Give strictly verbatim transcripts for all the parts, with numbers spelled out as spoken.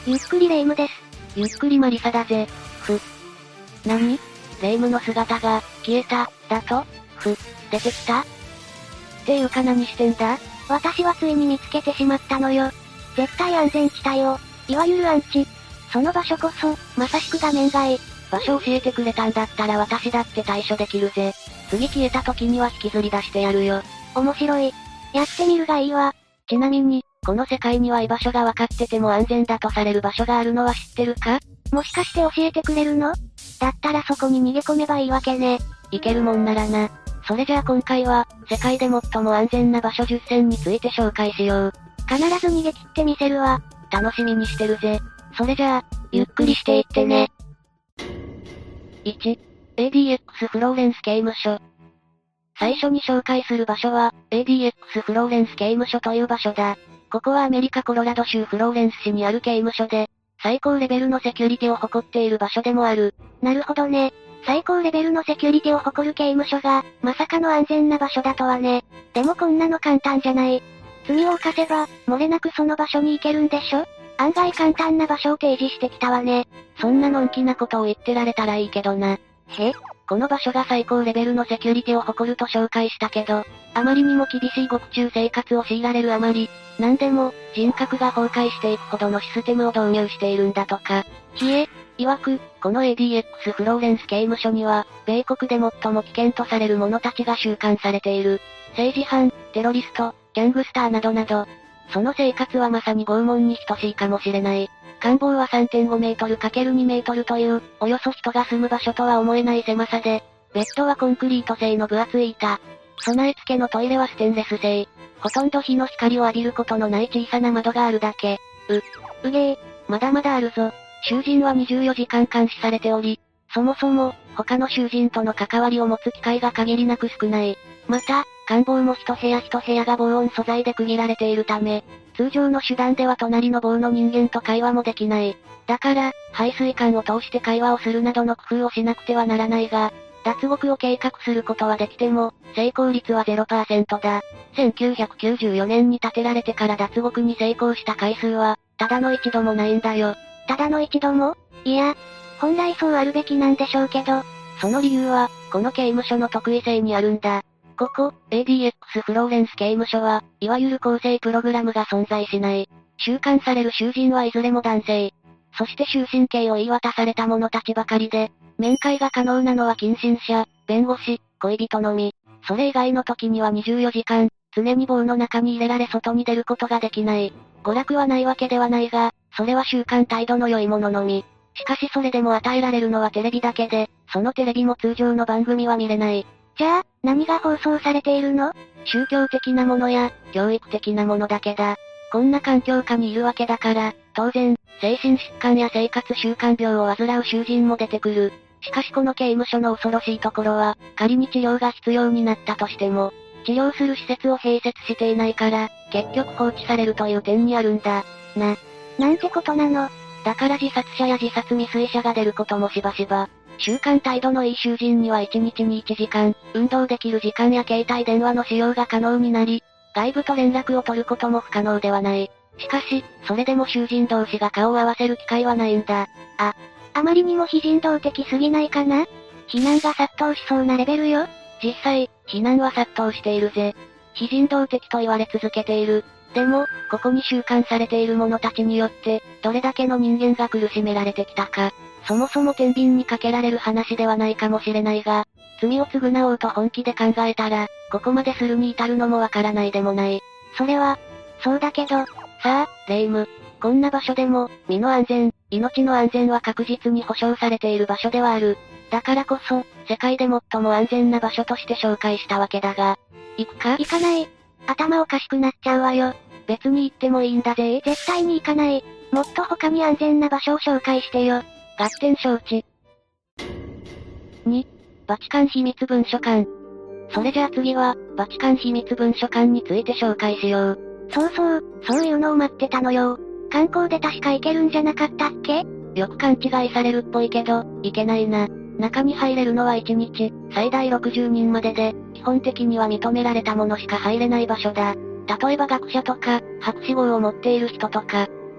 ゆっくりレ夢ムです。 ゆっくりマリサだぜ。ふ。何？レ夢ムの姿が、消えた、だと？ふ、出てきた？っていうか何してんだ？ 私はついに見つけてしまったのよ。絶対安全地帯を、いわゆるアンチ。その場所こそ、まさしく画面外。 場所教えてくれたんだったら私だって対処できるぜ。次消えた時には引きずり出してやるよ。 面白い。やってみるがいいわ。 ちなみに、この世界には居場所が分かってても安全だとされる場所があるのは知ってるか？ もしかして教えてくれるの？だったらそこに逃げ込めばいいわけね。 行けるもんならな。それじゃあ今回は、世界で最も安全な場所じゅっせんについて紹介しよう。 必ず逃げ切ってみせるわ。 楽しみにしてるぜ。それじゃあ、ゆっくりしていってね。いち、エーディーエックス フローレンス刑務所。最初に紹介する場所は、エーディーエックス フローレンス刑務所という場所だ。ここはアメリカコロラド州フローレンス市にある刑務所で、最高レベルのセキュリティを誇っている場所でもある。 なるほどね。最高レベルのセキュリティを誇る刑務所が、まさかの安全な場所だとはね。でもこんなの簡単じゃない。罪を犯せば、漏れなくその場所に行けるんでしょ？案外簡単な場所を提示してきたわね。 そんなのんきなことを言ってられたらいいけどな。 へ？ この場所が最高レベルのセキュリティを誇ると紹介したけど、あまりにも厳しい獄中生活を強いられるあまり、何でも、人格が崩壊していくほどのシステムを導入しているんだとか。ひえ、曰く、この エーディーエックス フローレンス刑務所には、米国で最も危険とされる者たちが収監されている。政治犯、テロリスト、ギャングスターなどなど。その生活はまさに拷問に等しいかもしれない。官房は さんてんごメートルかけるにメートルという、およそ人が住む場所とは思えない狭さで、ベッドはコンクリート製の分厚い板。備え付けのトイレはステンレス製。ほとんど日の光を浴びることのない小さな窓があるだけ。う、うげー、まだまだあるぞ。囚人はにじゅうよじかん監視されており、そもそも、他の囚人との関わりを持つ機会が限りなく少ない。また、官房も一部屋一部屋が防音素材で区切られているため、通常の手段では隣の房の人間と会話もできない。だから、排水管を通して会話をするなどの工夫をしなくてはならないが、脱獄を計画することはできても、成功率は ゼロパーセント だ。せんきゅうひゃくきゅうじゅうよねんに建てられてから脱獄に成功した回数は、ただの一度もないんだよ。 ただの一度も？いや、本来そうあるべきなんでしょうけど。 その理由は、この刑務所の特異性にあるんだ。ここ、エーディーエックス フローレンス刑務所は、いわゆる更生プログラムが存在しない。収監される囚人はいずれも男性。そして終身刑を言い渡された者たちばかりで、面会が可能なのは近親者、弁護士、恋人のみ。それ以外の時にはにじゅうよじかん、常に棒の中に入れられ外に出ることができない。娯楽はないわけではないが、それは習慣態度の良いもののみ。しかしそれでも与えられるのはテレビだけで、そのテレビも通常の番組は見れない。 じゃあ、何が放送されているの？ 宗教的なものや、教育的なものだけだ。こんな環境下にいるわけだから、当然、精神疾患や生活習慣病を患う囚人も出てくる。しかしこの刑務所の恐ろしいところは、仮に治療が必要になったとしても、治療する施設を併設していないから、結局放置されるという点にあるんだ。な。 なんてことなの？ だから自殺者や自殺未遂者が出ることもしばしば。習慣態度のいい囚人にはいちにちにいちじかん、運動できる時間や携帯電話の使用が可能になり、外部と連絡を取ることも不可能ではない。しかし、それでも囚人同士が顔を合わせる機会はないんだ。 あ、あまりにも非人道的すぎないかな？非難が殺到しそうなレベルよ。 実際、非難は殺到しているぜ。非人道的と言われ続けている。でも、ここに収監されている者たちによって、どれだけの人間が苦しめられてきたか。そもそも天秤にかけられる話ではないかもしれないが、罪を償おうと本気で考えたら、ここまでするに至るのもわからないでもない。 それは、そうだけど、さあ、レ夢ム。こんな場所でも、身の安全、命の安全は確実に保証されている場所ではある。だからこそ、世界で最も安全な場所として紹介したわけだが、行くか？ 行かない。頭おかしくなっちゃうわよ。 別に行ってもいいんだぜ。 絶対に行かない。もっと他に安全な場所を紹介してよ。 合点承知。に、バチカン秘密文書館。それじゃあ次は、バチカン秘密文書館について紹介しよう。 そうそう、そういうのを待ってたのよ。観光で確か行けるんじゃなかったっけ？ よく勘違いされるっぽいけど、行けないな。中に入れるのはいちにち、最大ろくじゅうにんまでで、基本的には認められたものしか入れない場所だ。例えば学者とか、博士号を持っている人とか。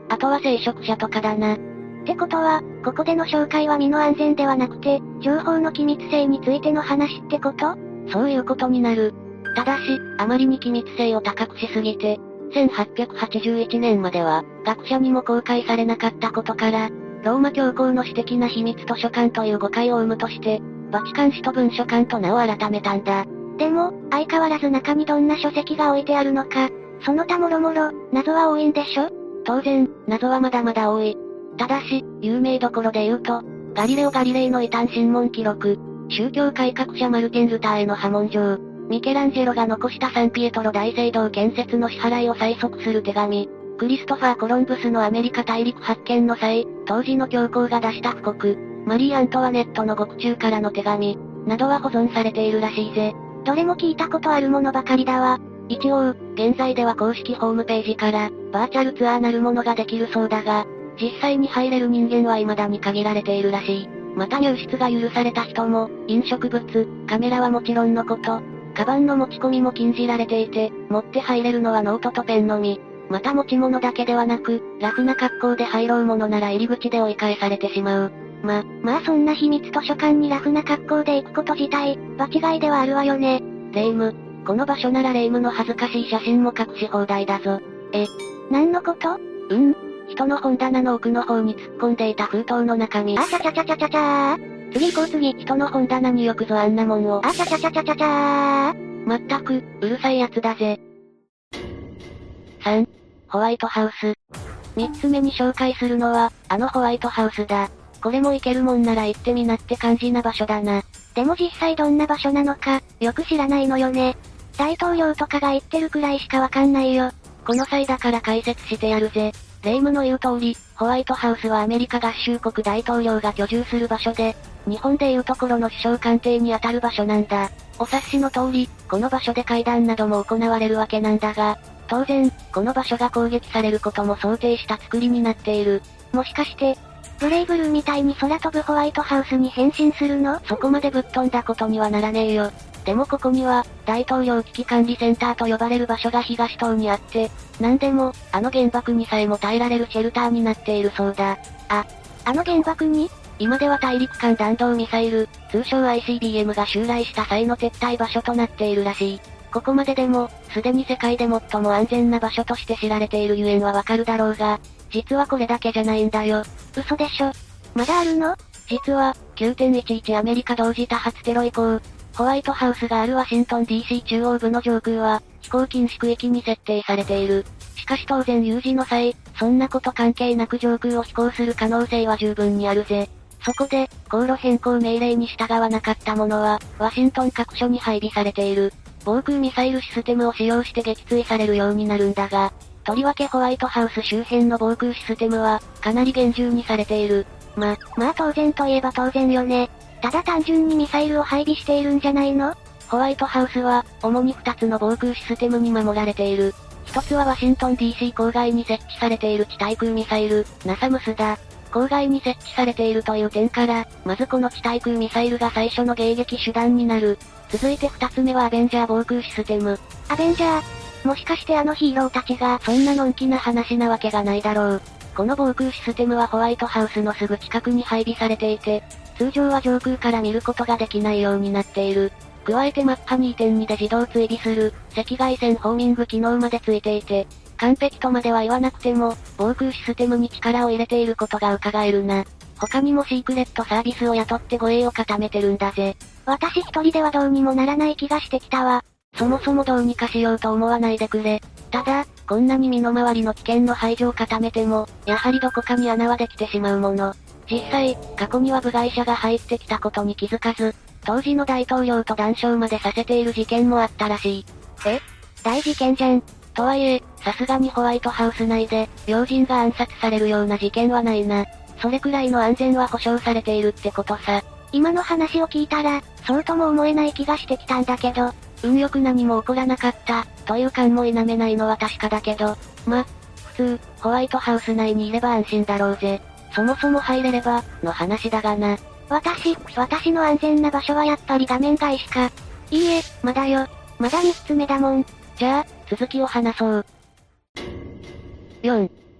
あとは聖職者とかだな。 ってことは、ここでの紹介は身の安全ではなくて、情報の機密性についての話ってこと？ そういうことになる。ただし、あまりに機密性を高くしすぎて、せんはっぴゃくはちじゅういちねんまでは、学者にも公開されなかったことから、ローマ教皇の私的な秘密図書館という誤解を生むとして、バチカン使徒文書館と名を改めたんだ。 でも、相変わらず中にどんな書籍が置いてあるのか、その他もろもろ、謎は多いんでしょ？ 当然、謎はまだまだ多い。ただし、有名どころで言うと、ガリレオ・ガリレイの異端審問記録、宗教改革者マルティン・ルターへの破門状、ミケランジェロが残したサンピエトロ大聖堂建設の支払いを催促する手紙、クリストファー・コロンブスのアメリカ大陸発見の際、当時の教皇が出した布告、マリー・アントワネットの獄中からの手紙、などは保存されているらしいぜ。 どれも聞いたことあるものばかりだわ。 一応、現在では公式ホームページから、バーチャルツアーなるものができるそうだが、実際に入れる人間は未だに限られているらしい。また入室が許された人も、飲食物、カメラはもちろんのこと、カバンの持ち込みも禁じられていて、持って入れるのはノートとペンのみ。また持ち物だけではなく、ラフな格好で入ろうものなら入り口で追い返されてしまう。 ま、まあそんな秘密図書館にラフな格好で行くこと自体、場違いではあるわよね。 霊夢。この場所なら霊夢の恥ずかしい写真も隠し放題だぞ。 え、何のこと？ うん。人の本棚の奥の方に突っ込んでいた封筒の中身。 あちゃちゃちゃちゃちゃちゃー。次行こう次。 人の本棚によくぞあんなもんを。 あちゃちゃちゃちゃちゃちゃー。 まったく、うるさいやつだぜ。さん. ホワイトハウス。三つ目に紹介するのは、あのホワイトハウスだ。これも行けるもんなら行ってみなって感じな場所だな。 でも実際どんな場所なのか、よく知らないのよね。大統領とかが言ってるくらいしかわかんないよ。 この際だから解説してやるぜ。霊夢の言う通り、ホワイトハウスはアメリカ合衆国大統領が居住する場所で、日本でいうところの首相官邸にあたる場所なんだ。お察しの通り、この場所で会談なども行われるわけなんだが、当然、この場所が攻撃されることも想定した作りになっている。 もしかして、ブレイブルーみたいに空飛ぶホワイトハウスに変身するの？ そこまでぶっ飛んだことにはならねえよ。でもここには、大統領危機管理センターと呼ばれる場所が東棟にあって、なんでも、あの原爆にさえも耐えられるシェルターになっているそうだ。 あ、あの原爆に？ 今では大陸間弾道ミサイル、通称 アイシービーエム が襲来した際の撤退場所となっているらしい。ここまででも、すでに世界で最も安全な場所として知られているゆえんはわかるだろうが、実はこれだけじゃないんだよ。 嘘でしょ？まだあるの？ 実は、きゅうてんいちいちアメリカ同時多発テロ以降、ホワイトハウスがあるワシントン ディーシー 中央部の上空は、飛行禁止区域に設定されている。しかし当然有事の際、そんなこと関係なく上空を飛行する可能性は十分にあるぜ。そこで、航路変更命令に従わなかった者は、ワシントン各所に配備されている。防空ミサイルシステムを使用して撃墜されるようになるんだが、とりわけホワイトハウス周辺の防空システムは、かなり厳重にされている。 ま、まあ当然といえば当然よね。ただ単純にミサイルを配備しているんじゃないの？ ホワイトハウスは、主にふたつの防空システムに守られている。ひとつはワシントン ディーシー 郊外に設置されている地対空ミサイル、ナサムスだ。郊外に設置されているという点から、まずこの地対空ミサイルが最初の迎撃手段になる。続いて二つ目はアベンジャー防空システム。 アベンジャー？もしかしてあのヒーローたちが、 そんなのんきな話なわけがないだろう。この防空システムはホワイトハウスのすぐ近くに配備されていて、通常は上空から見ることができないようになっている。加えてマッハ にてんに で自動追尾する、赤外線ホーミング機能までついていて、完璧とまでは言わなくても、防空システムに力を入れていることが伺えるな。他にもシークレットサービスを雇って護衛を固めてるんだぜ。 私一人ではどうにもならない気がしてきたわ。 そもそもどうにかしようと思わないでくれ。ただ、こんなに身の回りの危険の排除を固めても、やはりどこかに穴はできてしまうもの。実際、過去には部外者が入ってきたことに気づかず、当時の大統領と談笑までさせている事件もあったらしい。 え？大事件じゃん。 とはいえ、さすがにホワイトハウス内で、要人が暗殺されるような事件はないな。それくらいの安全は保証されているってことさ。 今の話を聞いたら、そうとも思えない気がしてきたんだけど、 運よく何も起こらなかった、という感も否めないのは確かだけど、ま、普通、ホワイトハウス内にいれば安心だろうぜ。そもそも入れれば、の話だがな。 私、私の安全な場所はやっぱり画面外しか。いいえ、まだよ。まだみっつめだもん。 じゃあ、続きを話そう。よん.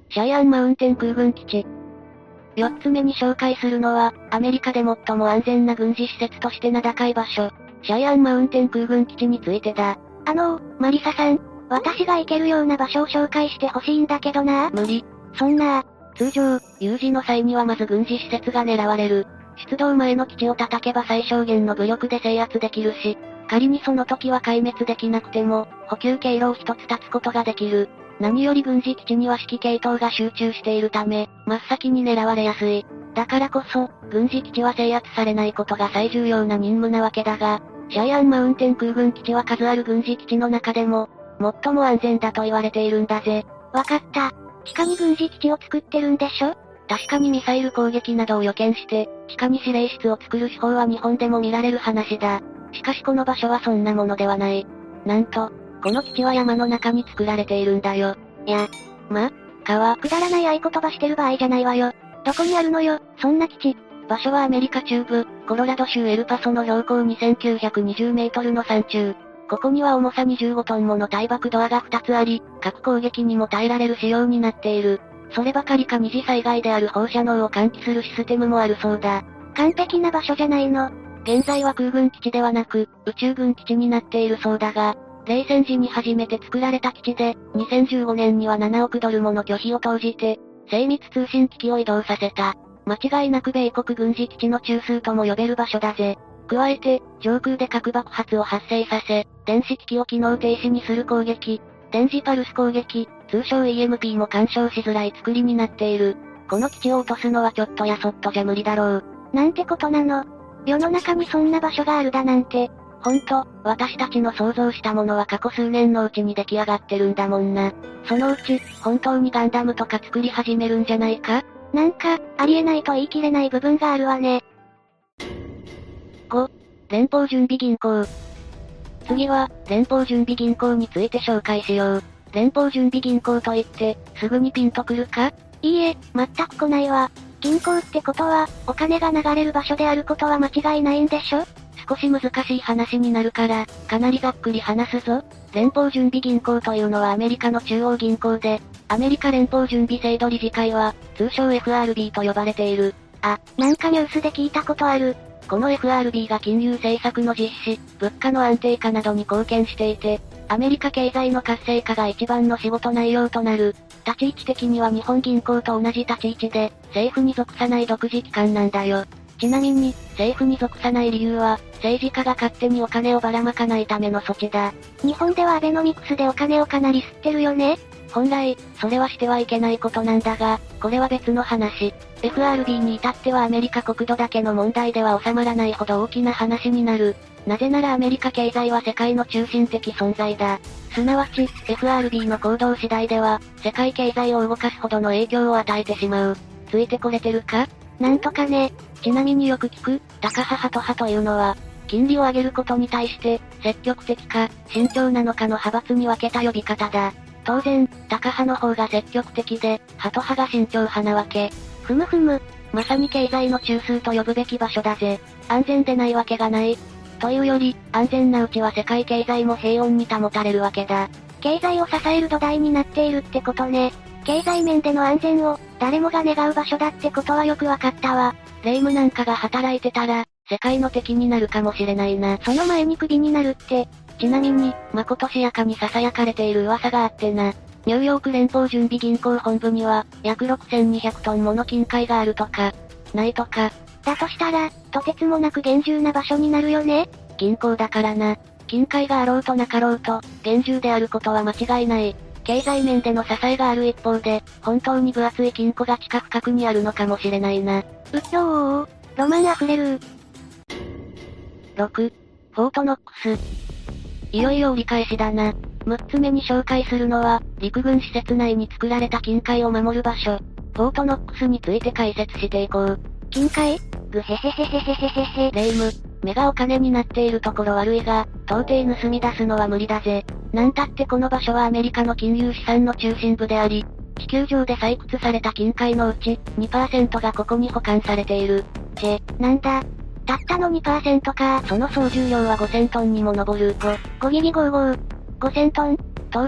シャイアンマウンテン空軍基地。よっつめに紹介するのは、アメリカで最も安全な軍事施設として名高い場所、シャイアンマウンテン空軍基地についてだ。 あのー、マリサさん、私が行けるような場所を紹介してほしいんだけどな。 無理。 そんな。 通常、有事の際にはまず軍事施設が狙われる。出動前の基地を叩けば最小限の武力で制圧できるし、仮にその時は壊滅できなくても、補給経路を一つ断つことができる。何より軍事基地には指揮系統が集中しているため、真っ先に狙われやすい。だからこそ、軍事基地は制圧されないことが最重要な任務なわけだが、シャイアンマウンテン空軍基地は数ある軍事基地の中でも、最も安全だと言われているんだぜ。 わかった。地下に軍事基地を作ってるんでしょ？ 確かにミサイル攻撃などを予見して、地下に司令室を作る手法は日本でも見られる話だ。しかしこの場所はそんなものではない。なんと、この基地は山の中に作られているんだよ。 いや、 ま、川。 くだらない合言葉してる場合じゃないわよ。どこにあるのよ、そんな基地。 場所はアメリカ中部、コロラド州エルパソの標高にせんきゅうひゃくにじゅうメートルの山中。ここには重さにじゅうごトンもの対爆ドアがふたつあり、核攻撃にも耐えられる仕様になっている。そればかりか二次災害である放射能を喚起するシステムもあるそうだ。 完璧な場所じゃないの。 現在は空軍基地ではなく、宇宙軍基地になっているそうだが、冷戦時に初めて作られた基地で、にせんじゅうごねんにはななおくドルもの巨費を投じて、精密通信機器を移動させた。間違いなく米国軍事基地の中枢とも呼べる場所だぜ。加えて、上空で核爆発を発生させ、電子機器を機能停止にする攻撃、電磁パルス攻撃、通称 イーエムピー も干渉しづらい作りになっている。この基地を落とすのはちょっとやそっとじゃ無理だろう。 なんてことなの。世の中にそんな場所があるだなんて。 ほんと、私たちの想像したものは過去数年のうちに出来上がってるんだもんな。そのうち、本当にガンダムとか作り始めるんじゃないか？ なんか、ありえないと言い切れない部分があるわね。 ご、連邦準備銀行。次は、連邦準備銀行について紹介しよう。連邦準備銀行といって、すぐにピンとくるか？ いいえ、全く来ないわ。銀行ってことは、お金が流れる場所であることは間違いないんでしょ？ 少し難しい話になるから、かなりざっくり話すぞ。連邦準備銀行というのはアメリカの中央銀行で、アメリカ連邦準備制度理事会は、通称 エフアールビー と呼ばれている。 あ、なんかニュースで聞いたことある。 この エフアールビー が金融政策の実施、物価の安定化などに貢献していて、アメリカ経済の活性化が一番の仕事内容となる。立ち位置的には日本銀行と同じ立ち位置で、政府に属さない独自機関なんだよ。ちなみに、政府に属さない理由は、政治家が勝手にお金をばらまかないための措置だ。 日本ではアベノミクスでお金をかなり吸ってるよね。 本来、それはしてはいけないことなんだが、これは別の話。エフアールビー に至ってはアメリカ国土だけの問題では収まらないほど大きな話になる。なぜならアメリカ経済は世界の中心的存在だ。すなわち、エフアールビー の行動次第では、世界経済を動かすほどの影響を与えてしまう。ついてこれてるか？ なんとかね。 ちなみによく聞く、タカ派ハト派というのは、金利を上げることに対して、積極的か、慎重なのかの派閥に分けた呼び方だ。当然、タカ派の方が積極的で、ハト派が慎重派なわけ。 ふむふむ。 まさに経済の中枢と呼ぶべき場所だぜ。安全でないわけがない。というより、安全なうちは世界経済も平穏に保たれるわけだ。 経済を支える土台になっているってことね。経済面での安全を、誰もが願う場所だってことはよくわかったわ。 霊夢なんかが働いてたら、世界の敵になるかもしれないな。 その前にクビになるって。 ちなみに、まことしやかに囁かれている噂があってな。ニューヨーク連邦準備銀行本部には、約ろくせんにひゃくトンもの金塊があるとか、ないとか。 だとしたら、とてつもなく厳重な場所になるよね。 銀行だからな。金塊があろうとなかろうと、厳重であることは間違いない。経済面での支えがある一方で、本当に分厚い金庫が地下深くにあるのかもしれないな。 うっひょー、ロマンあふれる。 ろく、フォートノックス。いよいよ折り返しだな。むっつめに紹介するのは、陸軍施設内に作られた金塊を守る場所、フォートノックスについて解説していこう。 金塊？ぐへへへへへへへへ。 霊夢、目がお金になっているところ悪いが、到底盗み出すのは無理だぜ。なんたってこの場所はアメリカの金融資産の中心部であり、地球上で採掘された金塊のうち、にパーセント がここに保管されている。 チェ、なんだ。たったの にパーセント か。 その総重量はごせんトンにも上る。ご、 ごギリごーごー。ごせんトン？ 当然、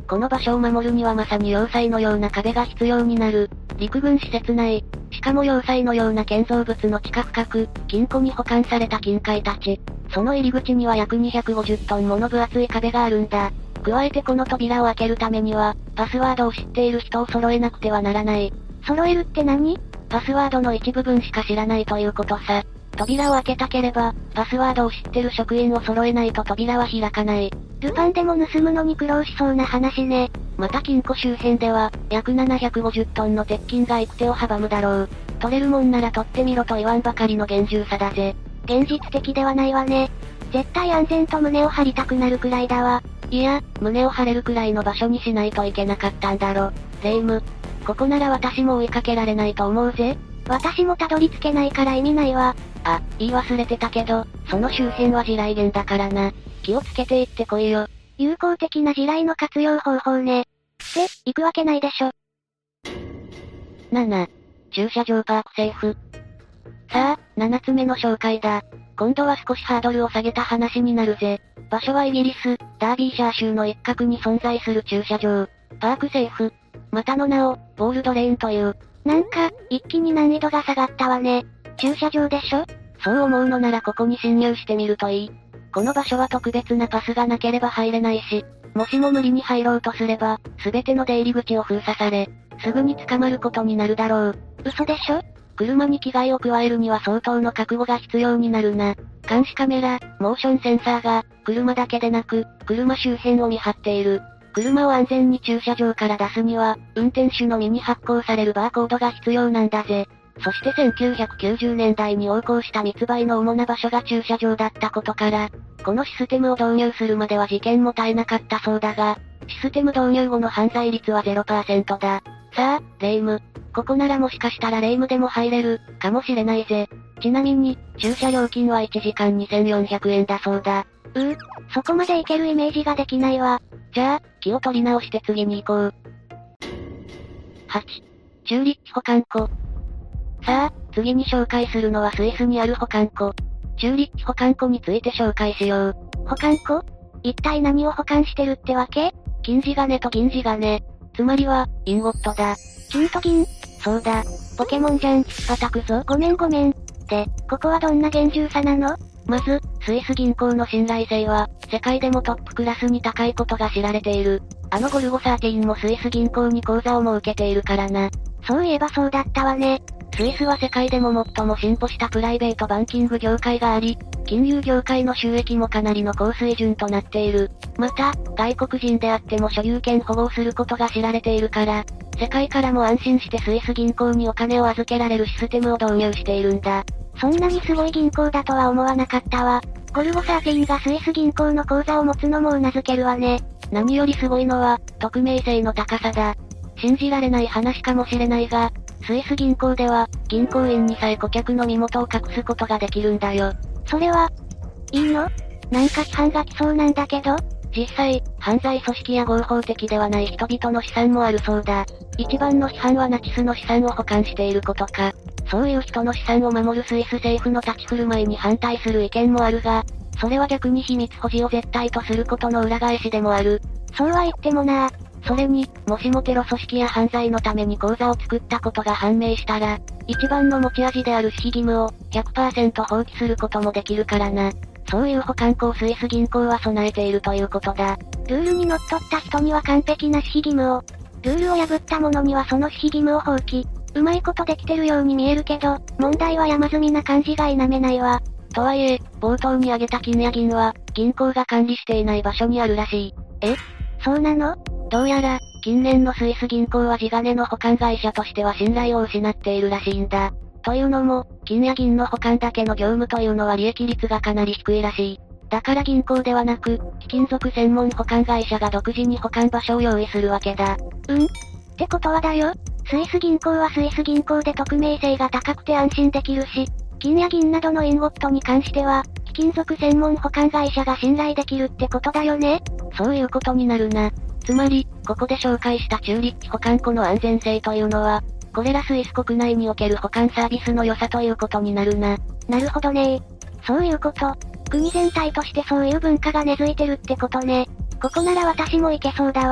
この場所を守るにはまさに要塞のような壁が必要になる。陸軍施設内、しかも要塞のような建造物の地下深く、金庫に保管された金塊たち。その入り口には約にひゃくごじゅっトンもの分厚い壁があるんだ。加えてこの扉を開けるためには、パスワードを知っている人を揃えなくてはならない。 揃えるって何？ パスワードの一部分しか知らないということさ。扉を開けたければ、パスワードを知ってる職員を揃えないと扉は開かない。 ルパンでも盗むのに苦労しそうな話ね。 また金庫周辺では、約ななひゃくごじゅっトンの鉄筋が行く手を阻むだろう。取れるもんなら取ってみろと言わんばかりの厳重さだぜ。 現実的ではないわね。絶対安全と胸を張りたくなるくらいだわ。 いや、胸を張れるくらいの場所にしないといけなかったんだろ。レイム。ここなら私も追いかけられないと思うぜ。 私もたどり着けないから意味ないわ。 あ、言い忘れてたけど、その周辺は地雷原だからな。気をつけていってこいよ。 有効的な地雷の活用方法ね。って、行くわけないでしょ。 なな. 駐車場パークセーフ。さあ、ななつめの紹介だ。今度は少しハードルを下げた話になるぜ。場所はイギリス、ダービーシャー州の一角に存在する駐車場。パークセーフ。またの名を、ボールドレーンという。 なんか、一気に難易度が下がったわね。駐車場でしょ？ そう思うのならここに侵入してみるといい。この場所は特別なパスがなければ入れないし、もしも無理に入ろうとすれば、すべての出入り口を封鎖され、すぐに捕まることになるだろう。 嘘でしょ？ 車に危害を加えるには相当の覚悟が必要になるな。監視カメラ、モーションセンサーが、車だけでなく、車周辺を見張っている。車を安全に駐車場から出すには、運転手の身に発行されるバーコードが必要なんだぜ。そしてせんきゅうひゃくきゅうじゅうねんだいに横行した密売の主な場所が駐車場だったことから、このシステムを導入するまでは事件も絶えなかったそうだが、システム導入後の犯罪率は ゼロパーセント だ。さあ、レイム。ここならもしかしたらレイムでも入れる、かもしれないぜ。ちなみに、駐車料金はいちじかんにせんよんひゃくえんだそうだ。 うー、そこまでいけるイメージができないわ。 じゃあ、気を取り直して次に行こう。はち. チューリッチ保管庫。さあ、次に紹介するのはスイスにある保管庫。チューリッチ保管庫について紹介しよう。 保管庫？一体何を保管してるってわけ？ 金地金と銀地金。つまりは、インゴットだ。 金と銀？ そうだ。 ポケモンじゃん。 叩くぞ。 ごめんごめん。で、ここはどんな厳重さなの？ まず、スイス銀行の信頼性は、世界でもトップクラスに高いことが知られている。あのゴルゴじゅうさんもスイス銀行に口座を設けているからな。 そういえばそうだったわね。 スイスは世界でも最も進歩したプライベートバンキング業界があり、金融業界の収益もかなりの高水準となっている。また、外国人であっても所有権保護をすることが知られているから、世界からも安心してスイス銀行にお金を預けられるシステムを導入しているんだ。 そんなにすごい銀行だとは思わなかったわ。ゴルゴじゅうさんがスイス銀行の口座を持つのも頷けるわね。 何よりすごいのは、匿名性の高さだ。信じられない話かもしれないが、スイス銀行では、銀行員にさえ顧客の身元を隠すことができるんだよ。 それは、いいの？なんか批判が来そうなんだけど。 実際、犯罪組織や合法的ではない人々の資産もあるそうだ。一番の批判はナチスの資産を保管していることか。そういう人の資産を守るスイス政府の立ち振る舞いに反対する意見もあるが、それは逆に秘密保持を絶対とすることの裏返しでもある。 そうは言ってもな。 それに、もしもテロ組織や犯罪のために口座を作ったことが判明したら、一番の持ち味である守秘義務を ひゃくパーセント 放棄することもできるからな。そういう保管庫をスイス銀行は備えているということだ。 ルールにのっとった人には完璧な守秘義務を、ルールを破った者にはその守秘義務を放棄。うまいことできてるように見えるけど、問題は山積みな感じが否めないわ。 とはいえ、冒頭に挙げた金や銀は、銀行が管理していない場所にあるらしい。 え？そうなの？ どうやら、近年のスイス銀行は地金の保管会社としては信頼を失っているらしいんだ。というのも、金や銀の保管だけの業務というのは利益率がかなり低いらしい。だから銀行ではなく、貴金属専門保管会社が独自に保管場所を用意するわけだ。 うん？ってことはだよ。スイス銀行はスイス銀行で匿名性が高くて安心できるし、金や銀などのインゴットに関しては、貴金属専門保管会社が信頼できるってことだよね。 そういうことになるな。つまり、ここで紹介したチューリッチ保管庫の安全性というのは、これらスイス国内における保管サービスの良さということになるな。 なるほどね。そういうこと。国全体としてそういう文化が根付いてるってことね。ここなら私も行けそうだわ。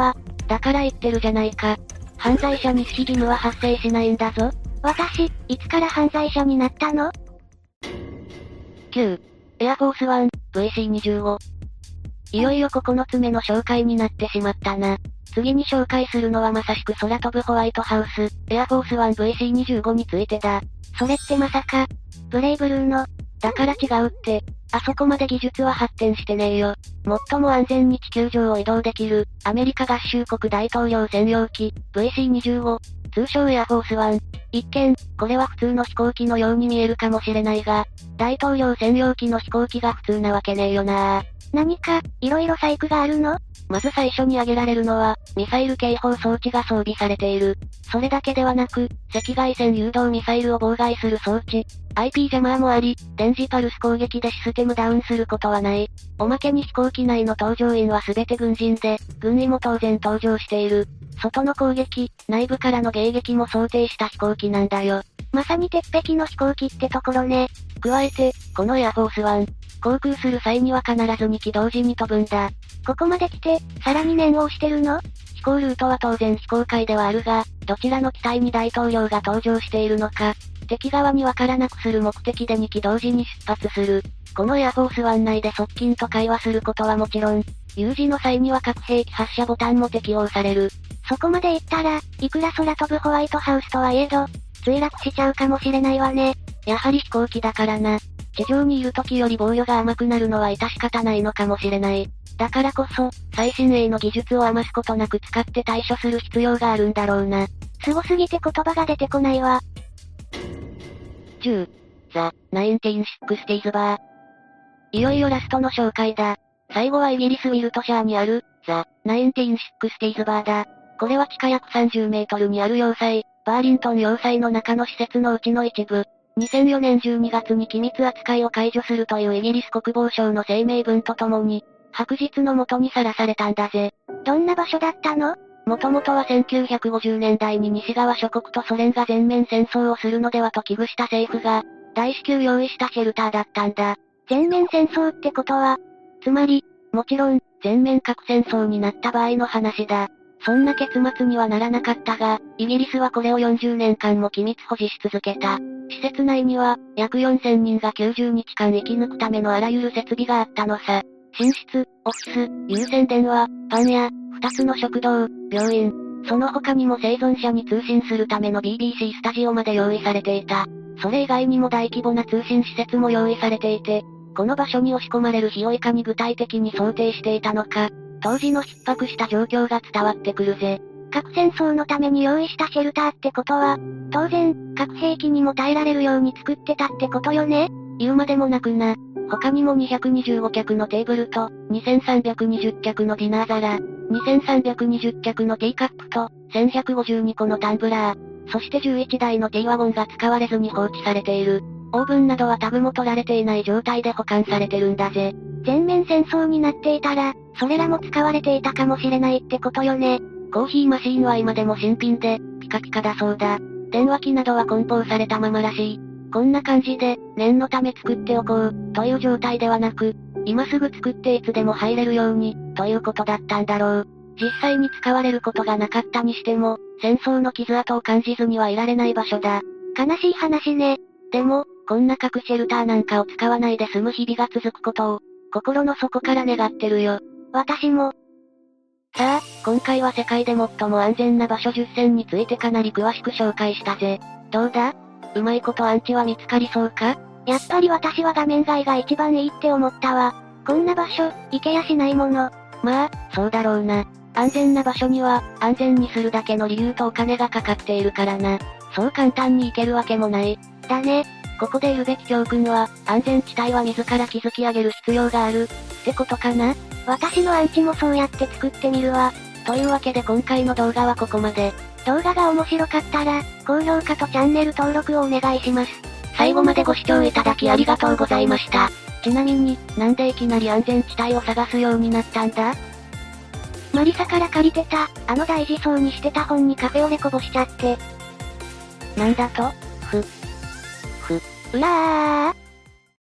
だから言ってるじゃないか。犯罪者に守秘義務は発生しないんだぞ。 私、いつから犯罪者になったの？ きゅう. エアフォースワン、ブイシーにじゅうご。いよいよここのつめの紹介になってしまったな。次に紹介するのはまさしく空飛ぶホワイトハウス、エアフォースワン ブイシーにじゅうご についてだ。 それってまさか、ブレイブルーの。 だから違うって、あそこまで技術は発展してねえよ。最も安全に地球上を移動できる、アメリカ合衆国大統領専用機、ブイシーにじゅうご、通称エアフォースワン。一見、これは普通の飛行機のように見えるかもしれないが、大統領専用機の飛行機が普通なわけねえよな。 何か、色々細工があるの？ まず最初に挙げられるのは、ミサイル警報装置が装備されている。それだけではなく、赤外線誘導ミサイルを妨害する装置、アイピー ジャマーもあり、電磁パルス攻撃でシステムダウンすることはない。おまけに飛行機内の搭乗員は全て軍人で、軍医も当然搭乗している。外の攻撃、内部からの迎撃も想定した飛行機なんだよ。 まさに鉄壁の飛行機ってところね。 加えて、このエアフォースワン、航空する際には必ずに機同時に飛ぶんだ。 ここまで来て、さらに念を押してるの？ 飛行ルートは当然非公開ではあるが、どちらの機体に大統領が搭乗しているのか、敵側にわからなくする目的でに機同時に出発する。このエアフォースワン内で側近と会話することはもちろん、有事の際には核兵器発射ボタンも適用される。 そこまで言ったら、いくら空飛ぶホワイトハウスとはいえど、墜落しちゃうかもしれないわね。 やはり飛行機だからな。地上にいる時より防御が甘くなるのは致し方ないのかもしれない。だからこそ、最新鋭の技術を余すことなく使って対処する必要があるんだろうな。 凄すぎて言葉が出てこないわ。 じゅう. ザ・ナインティーンシックスティーズ バー。いよいよラストの紹介だ。最後はイギリスウィルトシャーにある、ザ・ナインティーンシックスティーズ バーだ。これは地下約さんじゅうメートルにある要塞、バーリントン要塞の中の施設のうちの一部。にせんよねんじゅうにがつに機密扱いを解除するというイギリス国防省の声明文とともに、白日の下にさらされたんだぜ。 どんな場所だったの？ もともとはせんきゅうひゃくごじゅうねんだいに西側諸国とソ連が全面戦争をするのではと危惧した政府が、大至急用意したシェルターだったんだ。 全面戦争ってことは、 つまり、もちろん、全面核戦争になった場合の話だ。そんな結末にはならなかったが、イギリスはこれをよんじゅうねんかんも機密保持し続けた。施設内には、約よんせんにんがきゅうじゅうにちかん生き抜くためのあらゆる設備があったのさ。寝室、オフィス、有線電話、パン屋、二つの食堂、病院、その他にも生存者に通信するための ビービーシー スタジオまで用意されていた。それ以外にも大規模な通信施設も用意されていて、この場所に押し込まれる費用いかに具体的に想定していたのか、当時の逼迫した状況が伝わってくるぜ。 核戦争のために用意したシェルターってことは、当然、核兵器にも耐えられるように作ってたってことよね？ 言うまでもなくな。他にもにひゃくにじゅうごきゃくのテーブルと、にせんさんびゃくにじゅっきゃくのディナー皿、にせんさんびゃくにじゅっきゃくのティーカップと、せんひゃくごじゅうにこのタンブラー、そしてじゅういちだいのティーワゴンが使われずに放置されている。オーブンなどはタグも取られていない状態で保管されてるんだぜ。 全面戦争になっていたら、それらも使われていたかもしれないってことよね。 コーヒーマシーンは今でも新品で、ピカピカだそうだ。電話機などは梱包されたままらしい。こんな感じで、念のため作っておこう、という状態ではなく、今すぐ作っていつでも入れるように、ということだったんだろう。実際に使われることがなかったにしても、戦争の傷跡を感じずにはいられない場所だ。 悲しい話ね。 でも、こんな核シェルターなんかを使わないで済む日々が続くことを、心の底から願ってるよ。 私も。 さあ、今回は世界で最も安全な場所じゅっせんについてかなり詳しく紹介したぜ。どうだ？うまいことアンチは見つかりそうか？ やっぱり私は画面外が一番いいって思ったわ。こんな場所、行けやしないもの。 まあ、そうだろうな。安全な場所には、安全にするだけの理由とお金がかかっているからな。そう簡単に行けるわけもない。 だね。 ここで得るべき教訓は、安全地帯は自ら築き上げる必要がある。ってことかな？ 私のアンチもそうやって作ってみるわ。 というわけで今回の動画はここまで。 動画が面白かったら、高評価とチャンネル登録をお願いします。 最後までご視聴いただきありがとうございました。ちなみに、なんでいきなり安全地帯を探すようになったんだ？ マリサから借りてた、あの大事そうにしてた本にカフェオレこぼしちゃって。 なんだと？ふ。ふ。 うらー。